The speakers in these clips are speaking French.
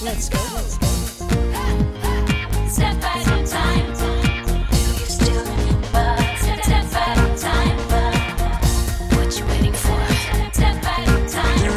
let's go. Step at a time. Do you still step at a time? What you waiting for? Step at a time.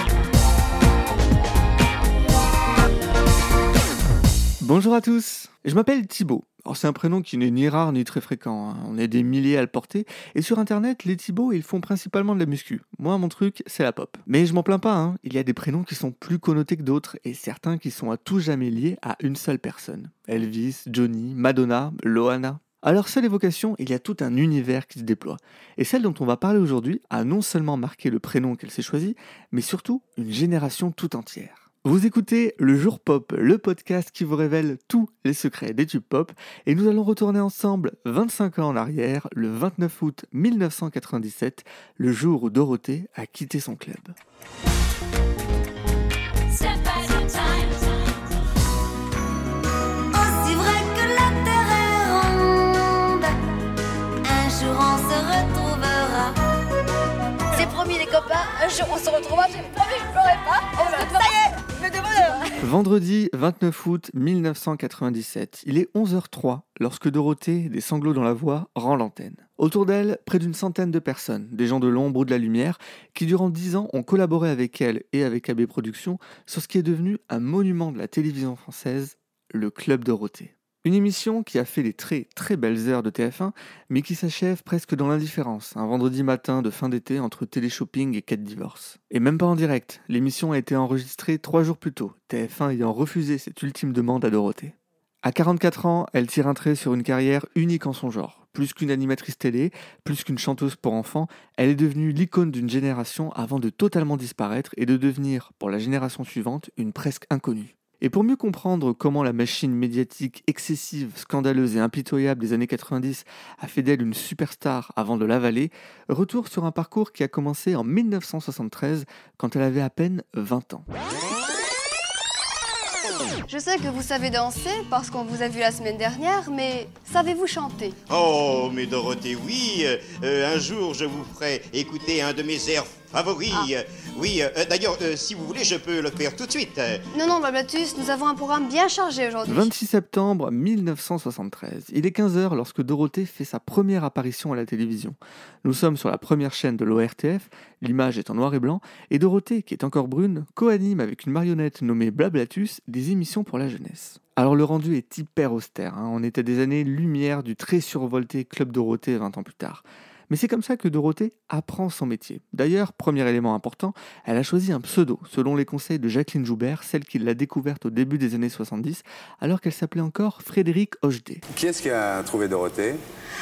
Bonjour à tous, je m'appelle Thibaut. Alors c'est un prénom qui n'est ni rare ni très fréquent, hein. On est des milliers à le porter, et sur internet, les Thibaut, ils font principalement de la muscu. Moi, mon truc, c'est la pop. Mais je m'en plains pas, hein. Il y a des prénoms qui sont plus connotés que d'autres, et certains qui sont à tout jamais liés à une seule personne. Elvis, Johnny, Madonna, Loana. À leur seule évocation, il y a tout un univers qui se déploie. Et celle dont on va parler aujourd'hui a non seulement marqué le prénom qu'elle s'est choisi, mais surtout une génération tout entière. Vous écoutez Le Jour Pop, le podcast qui vous révèle tous les secrets des tubes pop, et nous allons retourner ensemble 25 ans en arrière, le 29 août 1997, le jour où Dorothée a quitté son club. Step at a time. Aussi vrai que la terre est ronde, un jour on se retrouvera. C'est promis les copains, un jour on se retrouvera, j'ai promis je ne pleurerai pas. Ça y est, je vais de bonheur. Vendredi 29 août 1997, il est 11h03 lorsque Dorothée, des sanglots dans la voix, rend l'antenne. Autour d'elle, près d'une centaine de personnes, des gens de l'ombre ou de la lumière, qui durant 10 ans ont collaboré avec elle et avec AB Productions sur ce qui est devenu un monument de la télévision française, le Club Dorothée. Une émission qui a fait les très belles heures de TF1, mais qui s'achève presque dans l'indifférence, un vendredi matin de fin d'été entre téléshopping et 4 divorces. Et même pas en direct, l'émission a été enregistrée 3 jours plus tôt, TF1 ayant refusé cette ultime demande à Dorothée. À 44 ans, elle tire un trait sur une carrière unique en son genre. Plus qu'une animatrice télé, plus qu'une chanteuse pour enfants, elle est devenue l'icône d'une génération avant de totalement disparaître et de devenir, pour la génération suivante, une presque inconnue. Et pour mieux comprendre comment la machine médiatique excessive, scandaleuse et impitoyable des années 90 a fait d'elle une superstar avant de l'avaler, retour sur un parcours qui a commencé en 1973 quand elle avait à peine 20 ans. Je sais que vous savez danser parce qu'on vous a vu la semaine dernière, mais savez-vous chanter? Oh, mais Dorothée, oui. Un jour, je vous ferai écouter un de mes airs favoris. Oui, d'ailleurs, si vous voulez, je peux le faire tout de suite. Non, Blablatus, nous avons un programme bien chargé aujourd'hui. 26 septembre 1973, il est 15h lorsque Dorothée fait sa première apparition à la télévision. Nous sommes sur la première chaîne de l'ORTF, l'image est en noir et blanc, et Dorothée, qui est encore brune, co-anime avec une marionnette nommée Blablatus des émissions pour la jeunesse. Alors le rendu est hyper austère, hein. On était des années-lumière du très survolté Club Dorothée 20 ans plus tard. Mais c'est comme ça que Dorothée apprend son métier. D'ailleurs, premier élément important, elle a choisi un pseudo, selon les conseils de Jacqueline Joubert, celle qui l'a découverte au début des années 70, alors qu'elle s'appelait encore Frédéric Hochdé. Qui est-ce qui a trouvé Dorothée?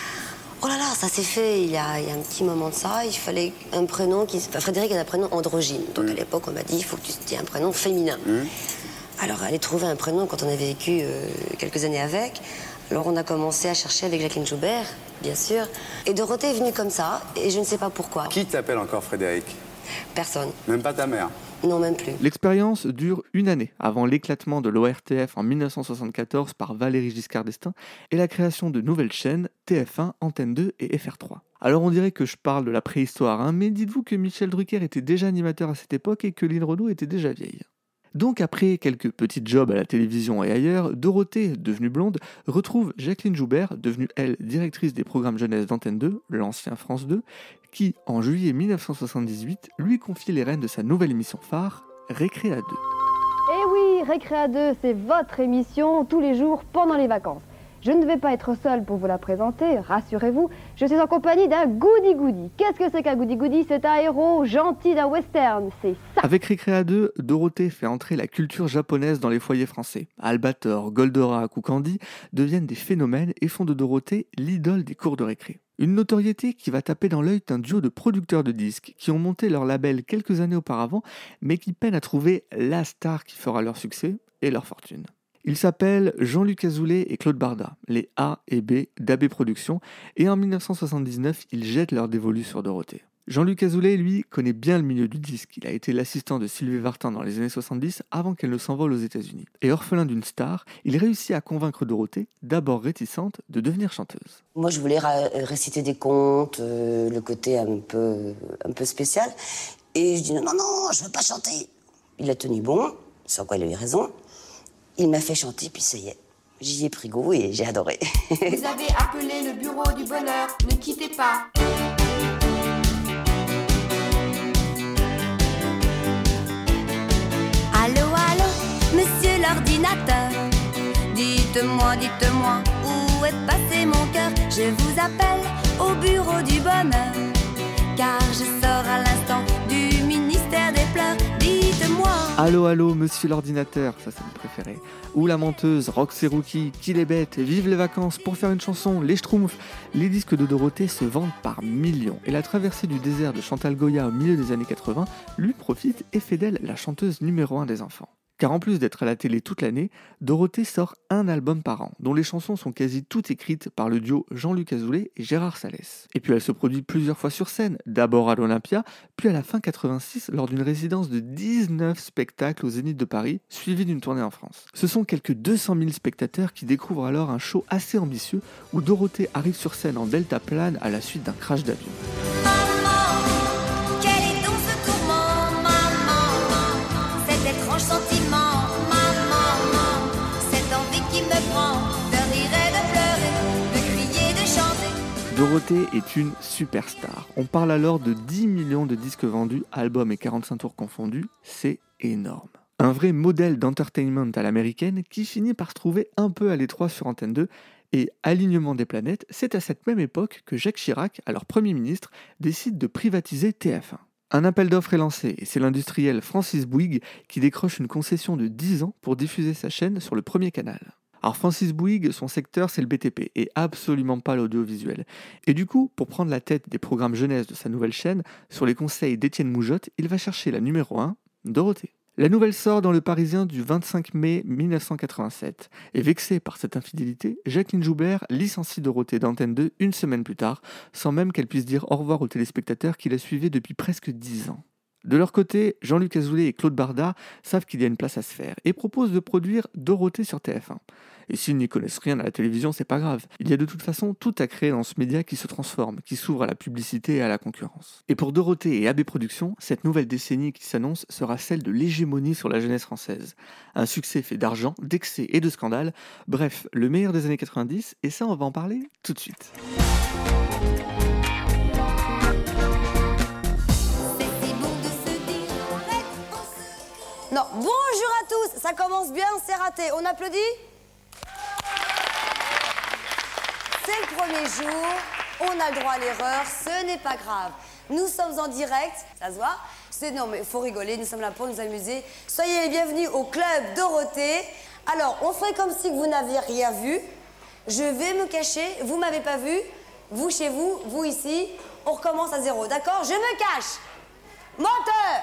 Oh là là, ça s'est fait il y a un petit moment de ça. Il fallait un prénom qui... Enfin, Frédéric a un prénom androgyne. Donc à l'époque, on m'a dit, il faut que tu aies un prénom féminin. Alors, aller trouver un prénom quand on a vécu quelques années avec. Alors, on a commencé à chercher avec Jacqueline Joubert, bien sûr. Et Dorothée est venue comme ça, et je ne sais pas pourquoi. Qui t'appelle encore Frédéric? Personne. Même pas ta mère? Non, même plus. L'expérience dure une année, avant l'éclatement de l'ORTF en 1974 par Valéry Giscard d'Estaing et la création de nouvelles chaînes, TF1, Antenne 2 et FR3. Alors on dirait que je parle de la préhistoire, hein, mais dites-vous que Michel Drucker était déjà animateur à cette époque et que Lynn Renaud était déjà vieille. Donc après quelques petits jobs à la télévision et ailleurs, Dorothée, devenue blonde, retrouve Jacqueline Joubert, devenue elle directrice des programmes jeunesse d'Antenne 2, l'ancien France 2, qui, en juillet 1978, lui confie les rênes de sa nouvelle émission phare, Récré à 2. Eh oui, Récré à 2, c'est votre émission tous les jours pendant les vacances. Je ne vais pas être seule pour vous la présenter, rassurez-vous, je suis en compagnie d'un goody-goody. Qu'est-ce que c'est qu'un goody-goody? C'est un héros gentil d'un western, c'est ça. Avec Récré à 2, Dorothée fait entrer la culture japonaise dans les foyers français. Albator, Goldorak ou Candy deviennent des phénomènes et font de Dorothée l'idole des cours de récré. Une notoriété qui va taper dans l'œil d'un duo de producteurs de disques qui ont monté leur label quelques années auparavant, mais qui peinent à trouver la star qui fera leur succès et leur fortune. Ils s'appellent Jean-Luc Azoulay et Claude Barda, les A et B d'AB Productions, et en 1979, ils jettent leur dévolu sur Dorothée. Jean-Luc Azoulay, lui, connaît bien le milieu du disque. Il a été l'assistant de Sylvie Vartan dans les années 70 avant qu'elle ne s'envole aux États-Unis. Et orphelin d'une star, il réussit à convaincre Dorothée, d'abord réticente, de devenir chanteuse. Moi, je voulais réciter des contes, le côté un peu spécial. Et je dis non, je veux pas chanter. Il a tenu bon, sans quoi il avait raison. Il m'a fait chanter, puis ça y est. J'y ai pris goût et j'ai adoré. Vous avez appelé le bureau du bonheur, ne quittez pas. Allô, allô, monsieur l'ordinateur. Dites-moi, dites-moi, où est passé mon cœur? Je vous appelle au bureau du bonheur, car je sors à l'instant du ministère des pleurs. Dites-moi. Allô, allô, monsieur l'ordinateur, ça c'est mon préféré. Ou la menteuse, Roxy Rookie, Qu'il est bête, Vive les vacances, Pour faire une chanson, Les Schtroumpfs. Les disques de Dorothée se vendent par millions. Et la traversée du désert de Chantal Goya au milieu des années 80 lui profite et fait d'elle la chanteuse numéro 1 des enfants. Car en plus d'être à la télé toute l'année, Dorothée sort un album par an, dont les chansons sont quasi toutes écrites par le duo Jean-Luc Azoulay et Gérard Salès. Et puis elle se produit plusieurs fois sur scène, d'abord à l'Olympia, puis à la fin 86 lors d'une résidence de 19 spectacles au Zénith de Paris, suivie d'une tournée en France. Ce sont quelques 200 000 spectateurs qui découvrent alors un show assez ambitieux où Dorothée arrive sur scène en deltaplane à la suite d'un crash d'avion. Quel est donc ce tourment, maman? Cet étrange sentiment, maman. Cette envie qui me prend de rire et de pleurer, de crier, de chanter. Dorothée est une superstar. On parle alors de 10 millions de disques vendus, albums et 45 tours confondus, c'est énorme. Un vrai modèle d'entertainment à l'américaine qui finit par se trouver un peu à l'étroit sur Antenne 2. Et alignement des planètes, c'est à cette même époque que Jacques Chirac, alors Premier ministre, décide de privatiser TF1. Un appel d'offres est lancé et c'est l'industriel Francis Bouygues qui décroche une concession de 10 ans pour diffuser sa chaîne sur le premier canal. Alors Francis Bouygues, son secteur c'est le BTP et absolument pas l'audiovisuel. Et du coup, pour prendre la tête des programmes jeunesse de sa nouvelle chaîne, sur les conseils d'Étienne Moujotte, il va chercher la numéro 1, Dorothée. La nouvelle sort dans Le Parisien du 25 mai 1987. Et vexée par cette infidélité, Jacqueline Joubert licencie Dorothée d'Antenne 2 une semaine plus tard, sans même qu'elle puisse dire au revoir aux téléspectateurs qui la suivaient depuis presque 10 ans. De leur côté, Jean-Luc Azoulay et Claude Barda savent qu'il y a une place à se faire et proposent de produire Dorothée sur TF1. Et s'ils n'y connaissent rien à la télévision, c'est pas grave. Il y a de toute façon tout à créer dans ce média qui se transforme, qui s'ouvre à la publicité et à la concurrence. Et pour Dorothée et AB Productions, cette nouvelle décennie qui s'annonce sera celle de l'hégémonie sur la jeunesse française. Un succès fait d'argent, d'excès et de scandales. Bref, le meilleur des années 90, et ça on va en parler tout de suite. Non, bonjour à tous, ça commence bien, c'est raté. On applaudit? C'est le premier jour, on a le droit à l'erreur, ce n'est pas grave. Nous sommes en direct, ça se voit? Non mais faut rigoler, nous sommes là pour nous amuser. Soyez les bienvenus au Club Dorothée. Alors, on ferait comme si vous n'aviez rien vu. Je vais me cacher, vous m'avez pas vu. Vous chez vous, vous ici, on recommence à zéro, d'accord? Je me cache. Moteur!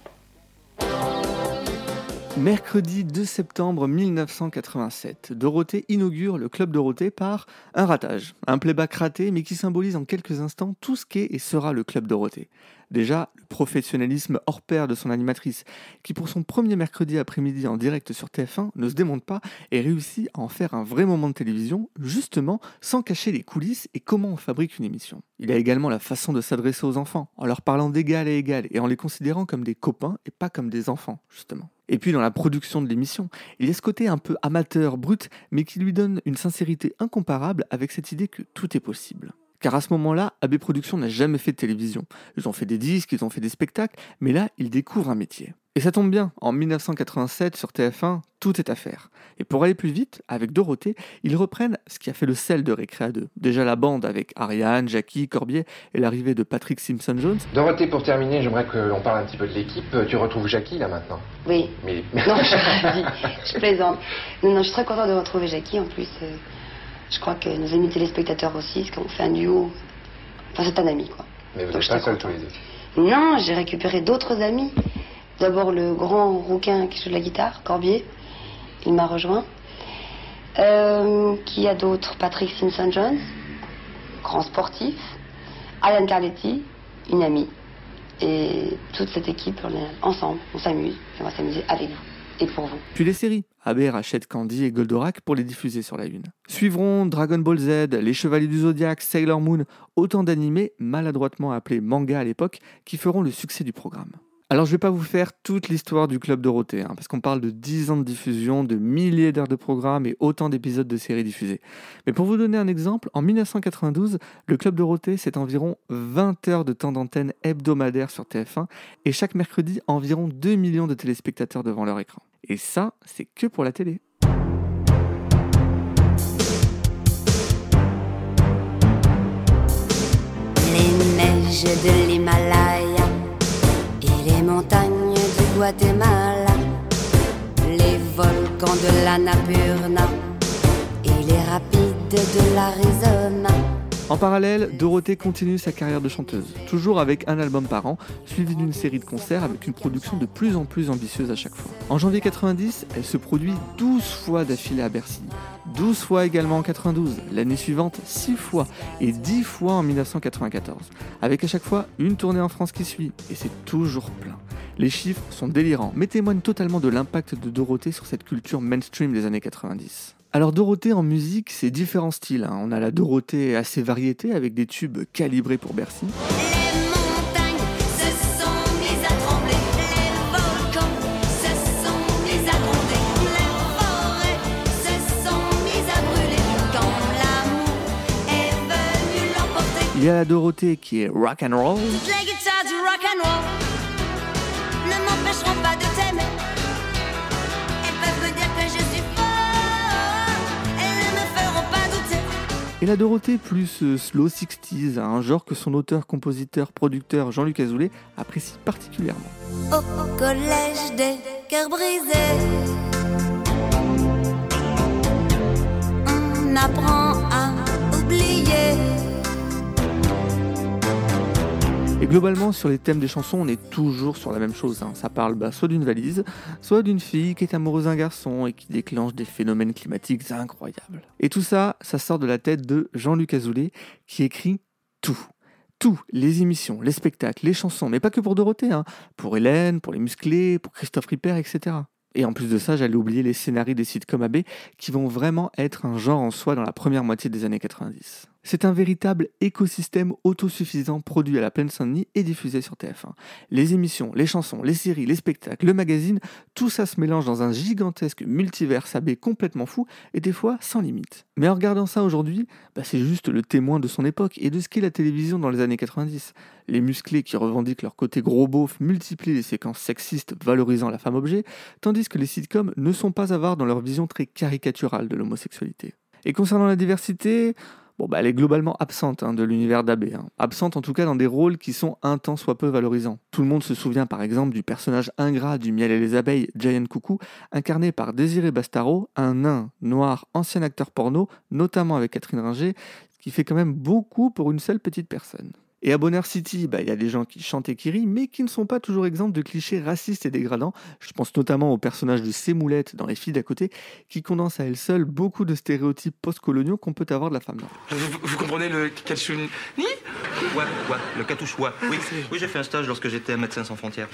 Mercredi 2 septembre 1987, Dorothée inaugure le Club Dorothée par un ratage, un playback raté mais qui symbolise en quelques instants tout ce qu'est et sera le Club Dorothée. Déjà, le professionnalisme hors pair de son animatrice, qui pour son premier mercredi après-midi en direct sur TF1 ne se démonte pas et réussit à en faire un vrai moment de télévision, justement sans cacher les coulisses et comment on fabrique une émission. Il y a également la façon de s'adresser aux enfants, en leur parlant d'égal à égal et en les considérant comme des copains et pas comme des enfants, justement. Et puis dans la production de l'émission, il y a ce côté un peu amateur, brut, mais qui lui donne une sincérité incomparable avec cette idée que tout est possible. Car à ce moment-là, AB Productions n'a jamais fait de télévision. Ils ont fait des disques, ils ont fait des spectacles, mais là, ils découvrent un métier. Et ça tombe bien, en 1987, sur TF1, tout est à faire. Et pour aller plus vite, avec Dorothée, ils reprennent ce qui a fait le sel de Récréa 2. Déjà la bande avec Ariane, Jackie, Corbier et l'arrivée de Patrick Simpson-Jones. Dorothée, pour terminer, j'aimerais qu'on parle un petit peu de l'équipe. Tu retrouves Jackie, là, maintenant? Oui. Mais... Non, je plaisante. Non, je suis très contente de retrouver Jackie. En plus, je crois que nos amis téléspectateurs aussi, parce qu'on fait un duo. Enfin, c'est un ami, quoi. Mais vous n'êtes pas seuls tous les deux? Non, j'ai récupéré d'autres amis. D'abord le grand rouquin qui joue de la guitare, Corbier. Il m'a rejoint. Qui a d'autres? Patrick Simpson-Jones, grand sportif. Ariane Carletti, une amie. Et toute cette équipe, on est ensemble, on s'amuse. Et on va s'amuser avec vous et pour vous. Puis les séries. AB rachète Candy et Goldorak pour les diffuser sur la Une. Suivront Dragon Ball Z, Les Chevaliers du Zodiaque, Sailor Moon, autant d'animés maladroitement appelés manga à l'époque, qui feront le succès du programme. Alors je vais pas vous faire toute l'histoire du Club Dorothée, parce qu'on parle de 10 ans de diffusion, de milliers d'heures de programmes et autant d'épisodes de séries diffusées. Mais pour vous donner un exemple, en 1992, le Club Dorothée, c'est environ 20 heures de temps d'antenne hebdomadaire sur TF1 et chaque mercredi, environ 2 millions de téléspectateurs devant leur écran. Et ça, c'est que pour la télé. Les neiges de l'Himalaya et les montagnes du Guatemala, les volcans de l'Annapurna et les rapides de l'Arizona. En parallèle, Dorothée continue sa carrière de chanteuse, toujours avec un album par an, suivi d'une série de concerts avec une production de plus en plus ambitieuse à chaque fois. En janvier 90, elle se produit 12 fois d'affilée à Bercy, 12 fois également en 92, l'année suivante 6 fois et 10 fois en 1994, avec à chaque fois une tournée en France qui suit, et c'est toujours plein. Les chiffres sont délirants, mais témoignent totalement de l'impact de Dorothée sur cette culture mainstream des années 90. Alors Dorothée en musique, c'est différents styles. On a la Dorothée assez variété avec des tubes calibrés pour Bercy. Les montagnes se sont mises à trembler, les volcans se sont mis à gronder, les forêts se sont mises à brûler quand l'amour est venu l'emporter. Il y a la Dorothée qui est rock and roll. Toutes les guitares du rock and roll ne m'empêcheront pas de t'aimer. Elles peuvent me dire que je suis folle, elles ne me feront pas douter. Et la Dorothée plus slow 60s, un genre que son auteur, compositeur, producteur Jean-Luc Azoulay apprécie particulièrement. Au collège des cœurs brisés, on apprend à oublier. Et globalement, sur les thèmes des chansons, on est toujours sur la même chose. Ça parle soit d'une valise, soit d'une fille qui est amoureuse d'un garçon et qui déclenche des phénomènes climatiques incroyables. Et tout ça, ça sort de la tête de Jean-Luc Azoulay, qui écrit tout. Tout, les émissions, les spectacles, les chansons, mais pas que pour Dorothée, pour Hélène, pour les Musclés, pour Christophe Ripper, etc. Et en plus de ça, j'allais oublier les scénarios des sitcoms AB qui vont vraiment être un genre en soi dans la première moitié des années 90. C'est un véritable écosystème autosuffisant produit à la Plaine-Saint-Denis et diffusé sur TF1. Les émissions, les chansons, les séries, les spectacles, le magazine, tout ça se mélange dans un gigantesque multiverse AB complètement fou et des fois sans limite. Mais en regardant ça aujourd'hui, c'est juste le témoin de son époque et de ce qu'est la télévision dans les années 90. Les Musclés qui revendiquent leur côté gros beauf multiplient les séquences sexistes valorisant la femme objet, tandis que les sitcoms ne sont pas avares dans leur vision très caricaturale de l'homosexualité. Et concernant la diversité, elle est globalement absente de l'univers d'AB. Absente en tout cas dans des rôles qui sont un tant soit peu valorisants. Tout le monde se souvient par exemple du personnage ingrat du Miel et les Abeilles, Giant Coucou, incarné par Désiré Bastaro, un nain noir ancien acteur porno, notamment avec Catherine Ringer, qui fait quand même beaucoup pour une seule petite personne. Et à Bonheur City, il y a des gens qui chantent et qui rient, mais qui ne sont pas toujours exempts de clichés racistes et dégradants. Je pense notamment au personnage de Sémoulette dans Les Filles d'à côté, qui condense à elle seule beaucoup de stéréotypes post-coloniaux qu'on peut avoir de la femme noire. Vous comprenez le Katchouni ? Ouais, le Katouchoua. Oui, j'ai fait un stage lorsque j'étais à Médecins sans frontières.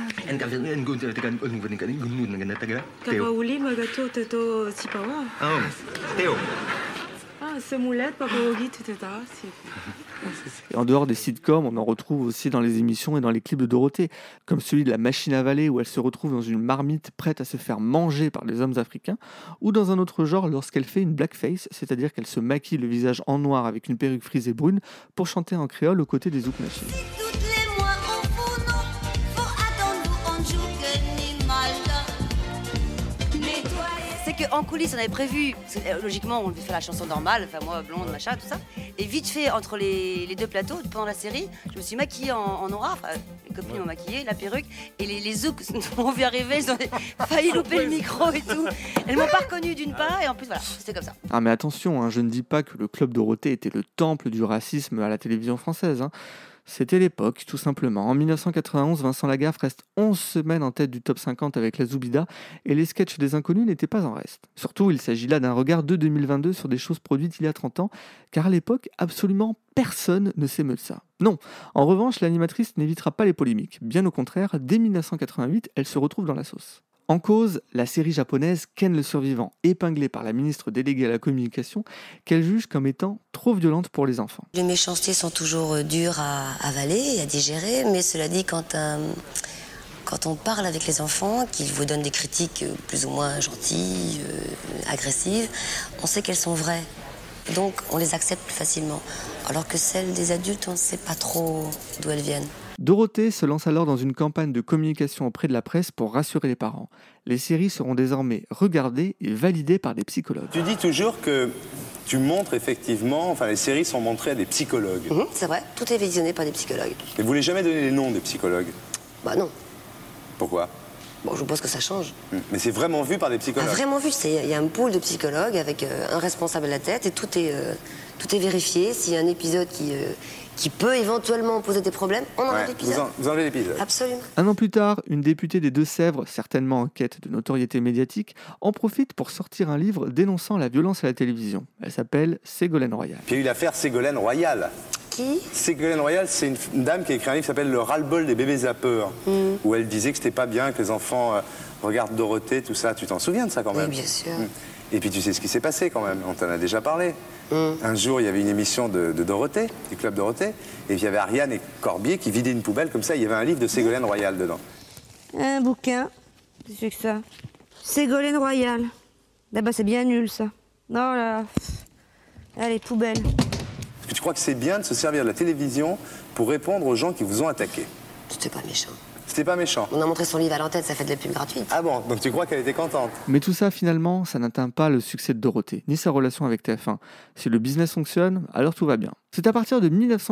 Kapaouli, Magato, Teto, Sipawa. Théo. Semoulette, Papaogi, etc. Et en dehors des sitcoms, on en retrouve aussi dans les émissions et dans les clips de Dorothée, comme celui de La Machine à Valer où elle se retrouve dans une marmite prête à se faire manger par les hommes africains, ou dans un autre genre lorsqu'elle fait une blackface, c'est-à-dire qu'elle se maquille le visage en noir avec une perruque frisée brune pour chanter en créole aux côtés des Zouk Machine. En coulisses, on avait prévu, logiquement, on devait faire la chanson normale, enfin moi, blonde, machin, tout ça. Et vite fait, entre les deux plateaux, pendant la série, je me suis maquillée en noir, les copines m'ont maquillée, la perruque, et les Zouks m'ont vu arriver, ils ont failli louper le micro et tout. Elles m'ont pas reconnue d'une part, et en plus, voilà, c'était comme ça. Ah mais attention, je ne dis pas que le Club Dorothée était le temple du racisme à la télévision française. C'était l'époque, tout simplement. En 1991, Vincent Lagaffe reste 11 semaines en tête du top 50 avec la Zoubida et les sketchs des Inconnus n'étaient pas en reste. Surtout, il s'agit là d'un regard de 2022 sur des choses produites il y a 30 ans, car à l'époque, absolument personne ne s'émeut de ça. Non, en revanche, l'animatrice n'évitera pas les polémiques. Bien au contraire, dès 1988, elle se retrouve dans la sauce. En cause, la série japonaise Ken le Survivant, épinglée par la ministre déléguée à la communication, qu'elle juge comme étant trop violente pour les enfants. Les méchancetés sont toujours dures à avaler et à digérer, mais cela dit, quand quand on parle avec les enfants, qu'ils vous donnent des critiques plus ou moins gentilles, agressives, on sait qu'elles sont vraies. Donc on les accepte plus facilement. Alors que celles des adultes, on ne sait pas trop d'où elles viennent. Dorothée se lance alors dans une campagne de communication auprès de la presse pour rassurer les parents. Les séries seront désormais regardées et validées par des psychologues. Tu dis toujours que tu montres effectivement, les séries sont montrées à des psychologues. C'est vrai, tout est visionné par des psychologues. Et vous voulez jamais donner les noms des psychologues? Bah non. Pourquoi? Bon, je pense que ça change. Mais c'est vraiment vu par des psychologues? Vraiment vu, il y a un pool de psychologues avec un responsable à la tête et tout est vérifié. S'il y a un épisode qui peut éventuellement poser des problèmes, on enlève l'épisode. Vous enlevez l'épisode? Absolument. Un an plus tard, une députée des Deux-Sèvres, certainement en quête de notoriété médiatique, en profite pour sortir un livre dénonçant la violence à la télévision. Elle s'appelle Ségolène Royal. Puis il y a eu l'affaire Ségolène Royal. Qui? Ségolène Royal, c'est une dame qui a écrit un livre qui s'appelle Le ras-le-bol des bébés zappeurs, où elle disait que c'était pas bien que les enfants regardent Dorothée, tout ça. Tu t'en souviens de ça quand même? Oui, bien sûr. Et puis tu sais ce qui s'est passé quand même, on t'en a déjà parlé. Un jour, il y avait une émission de Dorothée, du Club Dorothée, et puis il y avait Ariane et Corbier qui vidaient une poubelle comme ça, il y avait un livre de Ségolène Royal dedans. Un bouquin. Qu'est-ce que c'est que ça? Ségolène Royal. Là-bas, c'est bien nul, ça. Non, là. Allez, poubelle. Est-ce que tu crois que c'est bien de se servir de la télévision pour répondre aux gens qui vous ont attaqué? C'était pas méchant. C'était pas méchant. On a montré son livre à l'antenne, ça fait de la pub gratuite. Ah bon, donc tu crois qu'elle était contente? Mais tout ça, finalement, ça n'atteint pas le succès de Dorothée, ni sa relation avec TF1. Si le business fonctionne, alors tout va bien. C'est à partir de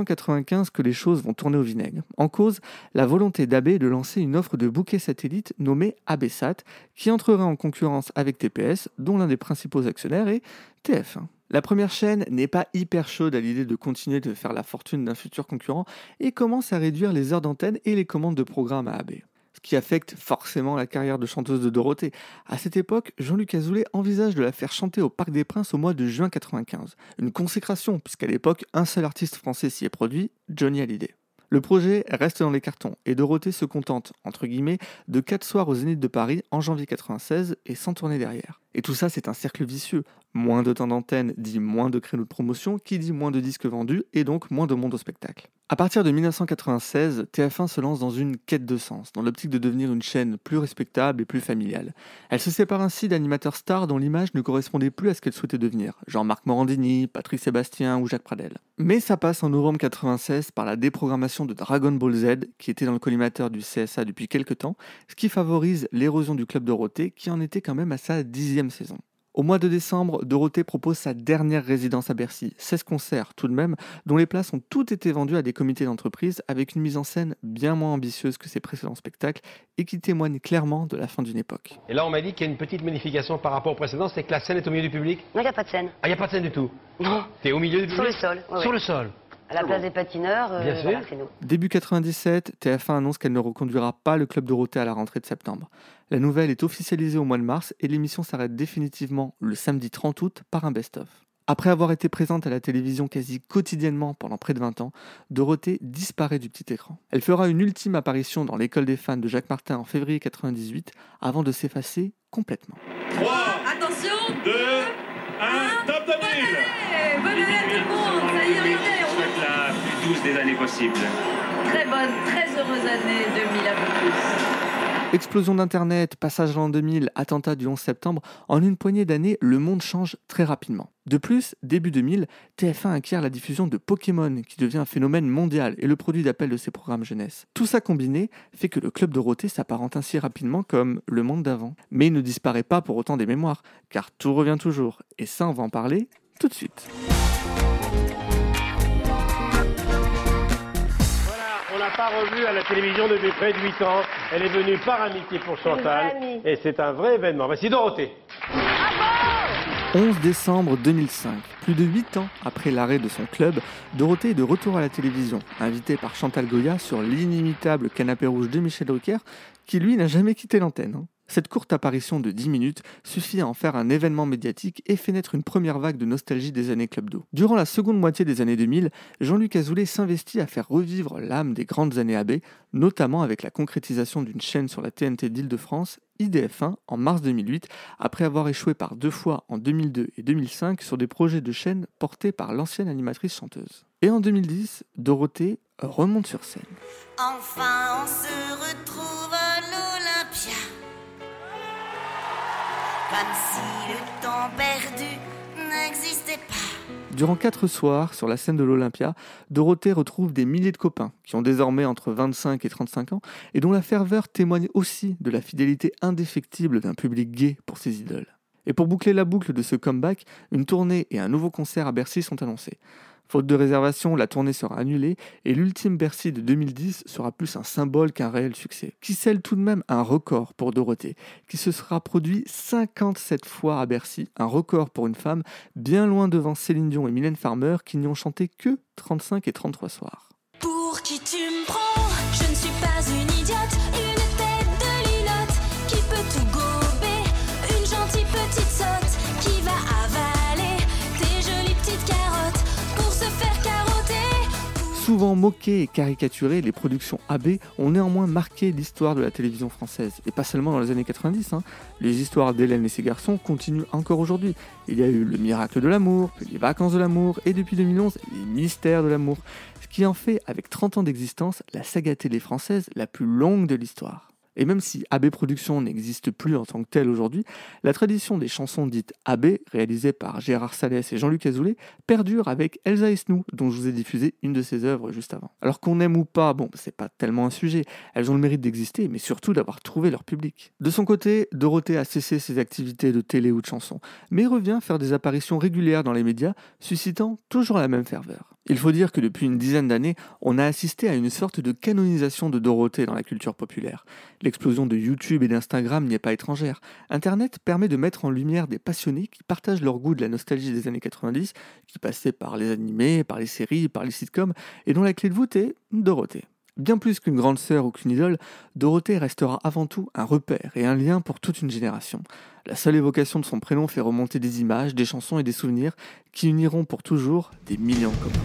1995 que les choses vont tourner au vinaigre. En cause, la volonté d'AB de lancer une offre de bouquet satellite nommée ABSat, qui entrerait en concurrence avec TPS, dont l'un des principaux actionnaires est TF1. La première chaîne n'est pas hyper chaude à l'idée de continuer de faire la fortune d'un futur concurrent et commence à réduire les heures d'antenne et les commandes de programmes à AB. Ce qui affecte forcément la carrière de chanteuse de Dorothée. À cette époque, Jean-Luc Azoulay envisage de la faire chanter au Parc des Princes au mois de juin 1995. Une consécration, puisqu'à l'époque, un seul artiste français s'y est produit, Johnny Hallyday. Le projet reste dans les cartons et Dorothée se contente, entre guillemets, de 4 soirs au Zénith de Paris en janvier 1996 et sans tourner derrière. Et tout ça, c'est un cercle vicieux. Moins de temps d'antenne dit moins de créneaux de promotion, qui dit moins de disques vendus et donc moins de monde au spectacle. À partir de 1996, TF1 se lance dans une quête de sens, dans l'optique de devenir une chaîne plus respectable et plus familiale. Elle se sépare ainsi d'animateurs stars dont l'image ne correspondait plus à ce qu'elle souhaitait devenir, genre Marc Morandini, Patrick Sébastien ou Jacques Pradel. Mais ça passe en novembre 1996 par la déprogrammation de Dragon Ball Z, qui était dans le collimateur du CSA depuis quelques temps, ce qui favorise l'érosion du Club Dorothée, qui en était quand même à sa 10e saison. Au mois de décembre, Dorothée propose sa dernière résidence à Bercy, 16 concerts tout de même, dont les places ont toutes été vendues à des comités d'entreprise avec une mise en scène bien moins ambitieuse que ses précédents spectacles et qui témoigne clairement de la fin d'une époque. Et là, on m'a dit qu'il y a une petite modification par rapport au précédent, c'est que la scène est au milieu du public? Non, il n'y a pas de scène. Ah, il n'y a pas de scène du tout? Non. T'es au milieu du public? Sur le sol. Ouais, Sur le sol. À la place des patineurs, voilà, c'est nous. Début 97, TF1 annonce qu'elle ne reconduira pas le Club Dorothée à la rentrée de septembre. La nouvelle est officialisée au mois de mars et l'émission s'arrête définitivement le samedi 30 août par un best-of. Après avoir été présente à la télévision quasi quotidiennement pendant près de 20 ans, Dorothée disparaît du petit écran. Elle fera une ultime apparition dans l'école des fans de Jacques Martin en février 98 avant de s'effacer complètement. 3, attention, 2, 1, top de mille. Bonne année à tout le monde, ça y est, regardez, Je souhaite la plus douce des années possibles. très bonne, très heureuse année 2000 à vous tous. Explosion d'Internet, passage à l'an 2000, attentat du 11 septembre, en une poignée d'années, le monde change très rapidement. De plus, début 2000, TF1 acquiert la diffusion de Pokémon, qui devient un phénomène mondial et le produit d'appel de ses programmes jeunesse. Tout ça combiné fait que le Club Dorothée s'apparente ainsi rapidement comme le monde d'avant. Mais il ne disparaît pas pour autant des mémoires, car tout revient toujours. Et ça, on va en parler tout de suite. On l'a pas revue à la télévision depuis près de 8 ans. Elle est venue par amitié pour Chantal. Et c'est un vrai événement. Voici Dorothée. 11 décembre 2005, plus de 8 ans après l'arrêt de son club, Dorothée est de retour à la télévision, invitée par Chantal Goya sur l'inimitable Canapé Rouge de Michel Drucker, qui lui n'a jamais quitté l'antenne. Cette courte apparition de 10 minutes suffit à en faire un événement médiatique et fait naître une première vague de nostalgie des années Club Do. Durant la seconde moitié des années 2000, Jean-Luc Azoulay s'investit à faire revivre l'âme des grandes années AB, notamment avec la concrétisation d'une chaîne sur la TNT d'Île-de-France, IDF1, en mars 2008, après avoir échoué par 2 fois en 2002 et 2005 sur des projets de chaîne portés par l'ancienne animatrice chanteuse. Et en 2010, Dorothée remonte sur scène. Enfin, on se retrouve le comme si le temps perdu n'existait pas. Durant 4 soirs, sur la scène de l'Olympia, Dorothée retrouve des milliers de copains qui ont désormais entre 25 et 35 ans et dont la ferveur témoigne aussi de la fidélité indéfectible d'un public gay pour ses idoles. Et pour boucler la boucle de ce comeback, une tournée et un nouveau concert à Bercy sont annoncés. Faute de réservation, la tournée sera annulée et l'ultime Bercy de 2010 sera plus un symbole qu'un réel succès, qui scelle tout de même un record pour Dorothée, qui se sera produit 57 fois à Bercy, un record pour une femme, bien loin devant Céline Dion et Mylène Farmer qui n'y ont chanté que 35 et 33 soirs. Pour qui tu me prends, je ne suis pas une idiote, une tête de linotte qui peut tout gober, une gentille petite sotte qui va avaler tes jolies petites carottes pour se faire carotter. Souvent moquées et caricaturées, les productions AB ont néanmoins marqué l'histoire de la télévision française, et pas seulement dans les années 90. Les histoires d'Hélène et ses garçons continuent encore aujourd'hui. Il y a eu Le Miracle de l'amour, puis Les Vacances de l'amour, et depuis 2011, Les Mystères de l'amour, ce qui en fait, avec 30 ans d'existence, la saga télé française la plus longue de l'histoire. Et même si AB Productions n'existe plus en tant que telle aujourd'hui, la tradition des chansons dites AB, réalisées par Gérard Salès et Jean-Luc Azoulay, perdure avec Elsa Esnou, dont je vous ai diffusé une de ses œuvres juste avant. Alors qu'on aime ou pas, bon, c'est pas tellement un sujet, elles ont le mérite d'exister, mais surtout d'avoir trouvé leur public. De son côté, Dorothée a cessé ses activités de télé ou de chansons, mais revient faire des apparitions régulières dans les médias, suscitant toujours la même ferveur. Il faut dire que depuis une dizaine d'années, on a assisté à une sorte de canonisation de Dorothée dans la culture populaire. L'explosion de YouTube et d'Instagram n'y est pas étrangère. Internet permet de mettre en lumière des passionnés qui partagent leur goût de la nostalgie des années 90, qui passaient par les animés, par les séries, par les sitcoms, et dont la clé de voûte est Dorothée. Bien plus qu'une grande sœur ou qu'une idole, Dorothée restera avant tout un repère et un lien pour toute une génération. La seule évocation de son prénom fait remonter des images, des chansons et des souvenirs qui uniront pour toujours des millions de copains.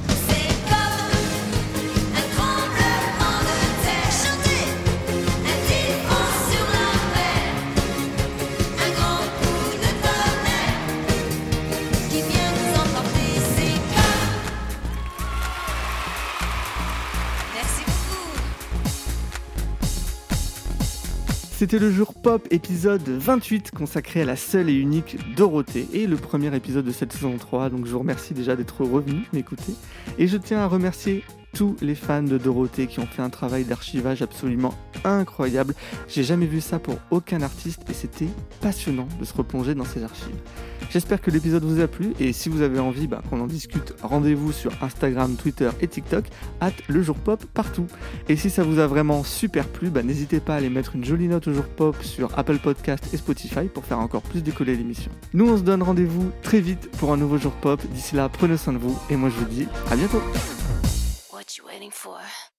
C'était le jour pop épisode 28 consacré à la seule et unique Dorothée et le premier épisode de cette saison 3, donc je vous remercie déjà d'être revenus m'écouter et je tiens à remercier tous les fans de Dorothée qui ont fait un travail d'archivage absolument incroyable. J'ai jamais vu ça pour aucun artiste et c'était passionnant de se replonger dans ces archives. J'espère que l'épisode vous a plu et si vous avez envie qu'on en discute, rendez-vous sur Instagram, Twitter et TikTok @lejourpop partout. Et si ça vous a vraiment super plu, n'hésitez pas à aller mettre une jolie note au Jour Pop sur Apple Podcast et Spotify pour faire encore plus décoller l'émission. Nous on se donne rendez-vous très vite pour un nouveau Jour Pop. D'ici là, prenez soin de vous et moi je vous dis à bientôt. What you waiting for?